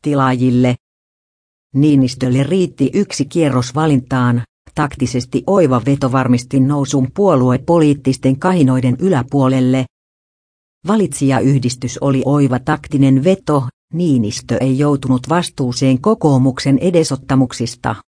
tilaajille. Niinistölle riitti yksi kierros valintaan, taktisesti oiva veto varmisti nousun puoluepoliittisten kahinoiden yläpuolelle. Valitsijayhdistys oli oiva taktinen veto, Niinistö ei joutunut vastuuseen kokoomuksen edesottamuksista.